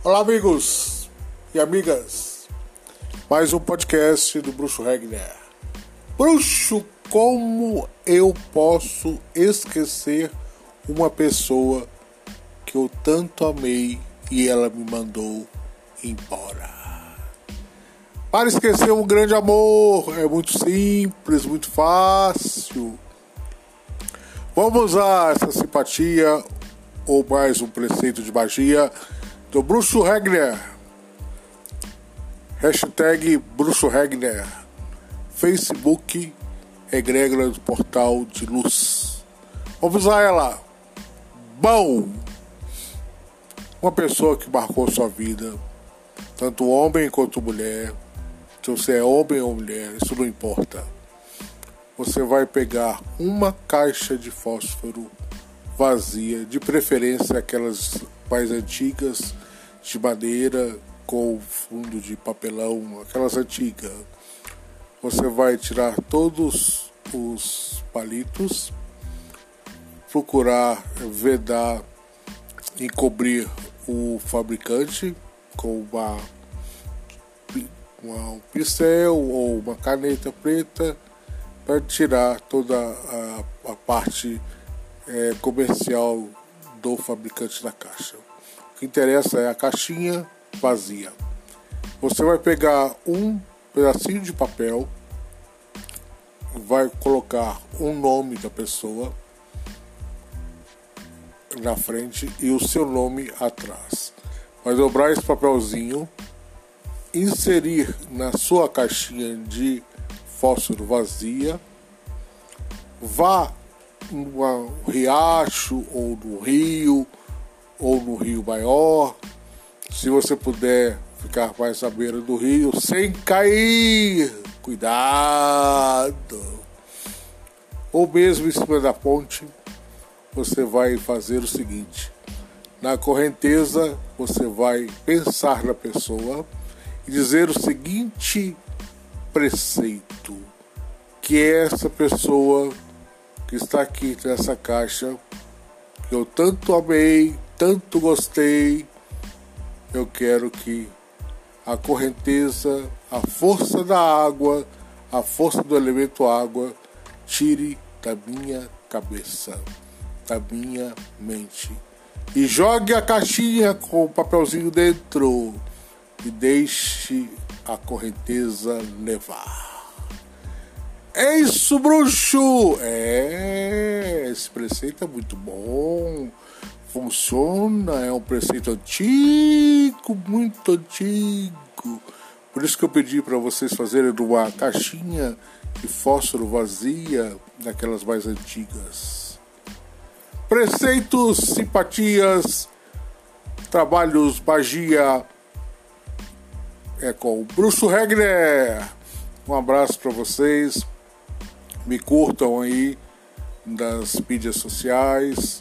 Olá, amigos e amigas. Mais um podcast do Bruxo Regner. Bruxo, como eu posso esquecer uma pessoa que eu tanto amei e ela me mandou embora? Para esquecer um grande amor é muito simples, muito fácil. Vamos usar essa simpatia ou mais um preceito de magia do Bruxo Regner. Hashtag Bruxo Regner. Facebook egrégora do Portal de Luz. Vamos usar ela. Bom, uma pessoa que marcou sua vida, tanto homem quanto mulher. Se você é homem ou mulher, isso não importa. Você vai pegar uma caixa de fósforo vazia, de preferência aquelas mais antigas, de madeira com fundo de papelão, aquelas antigas. Você vai tirar todos os palitos, procurar vedar, encobrir o fabricante com um pincel ou uma caneta preta para tirar toda a parte comercial do fabricante da caixa. O que interessa é a caixinha vazia. Você vai pegar um pedacinho de papel, vai colocar o nome da pessoa na frente e o seu nome atrás. Vai dobrar esse papelzinho, inserir na sua caixinha de fósforo vazia, vá no riacho ou no rio maior, se você puder ficar mais à beira do rio sem cair, cuidado, ou mesmo em cima da ponte. Você vai fazer o seguinte: na correnteza você vai pensar na pessoa e dizer o seguinte preceito, que essa pessoa que está aqui nessa caixa, que eu tanto amei, tanto gostei, eu quero que a correnteza, a força da água, a força do elemento água, tire da minha cabeça, da minha mente, e jogue a caixinha com o papelzinho dentro e deixe a correnteza levar. É isso, bruxo! Esse preceito é muito bom, funciona, é um preceito antigo, muito antigo. Por isso que eu pedi para vocês fazerem uma caixinha de fósforo vazia, daquelas mais antigas. Preceitos, simpatias, trabalhos, magia, é com o Bruxo Regner. Um abraço para vocês. Me curtam aí nas mídias sociais.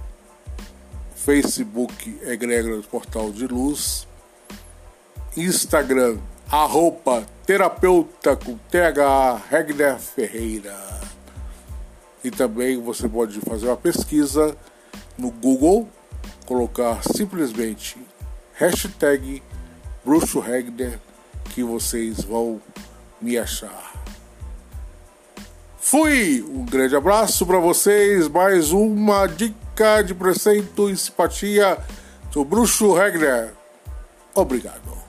Facebook egrégora do Portal de Luz. Instagram @terapeuta com TH Regner Ferreira. E também você pode fazer uma pesquisa no Google, colocar simplesmente hashtag Bruxo Regner, que vocês vão me achar. Fui! Um grande abraço para vocês. Mais uma dica de preceito e simpatia do Bruxo Regner. Obrigado.